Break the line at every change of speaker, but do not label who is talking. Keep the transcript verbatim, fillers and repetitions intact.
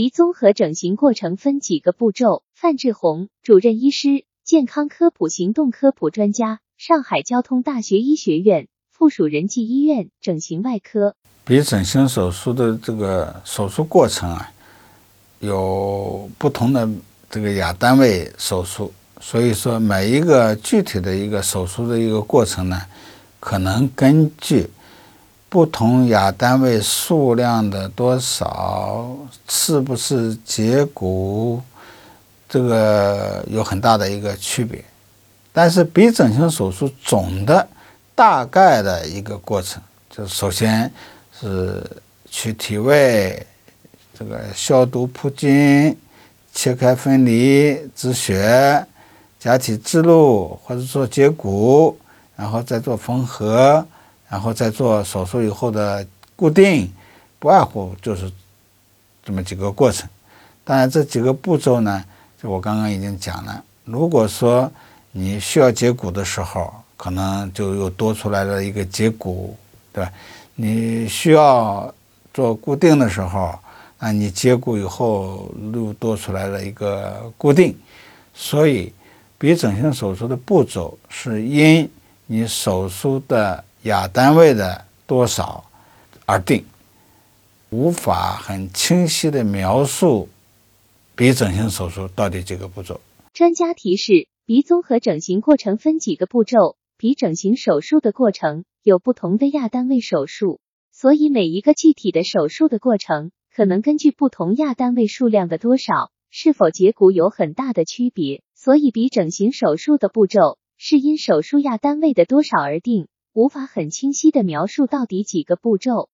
鼻综合整形过程分几个步骤？范志红，主任医师，健康科普行动科普专家，上海交通大学医学院附属仁济医院整形外科。
鼻整形手术的这个手术过程啊，有不同的这个亚单位手术，所以说每一个具体的一个手术的一个过程呢，可能根据不同亚单位数量的多少，是不是截骨，这个有很大的一个区别。但是鼻整形手术总的大概的一个过程，就是首先是取体位，这个消毒铺筋，切开分离止血，假体置入或者做截骨，然后再做缝合，然后再做手术以后的固定，不外乎就是这么几个过程。当然这几个步骤呢，就我刚刚已经讲了，如果说你需要截骨的时候，可能就又多出来了一个截骨，对吧？你需要做固定的时候，那你截骨以后又多出来了一个固定。所以鼻整形手术的步骤是因你手术的亚单位的多少而定，无法很清晰的描述鼻整形手术到底几个步骤。
专家提示，鼻综合整形过程分几个步骤，鼻整形手术的过程有不同的亚单位手术，所以每一个具体的手术的过程可能根据不同亚单位数量的多少，是否截骨有很大的区别，所以鼻整形手术的步骤是因手术亚单位的多少而定，无法很清晰地描述到底几个步骤。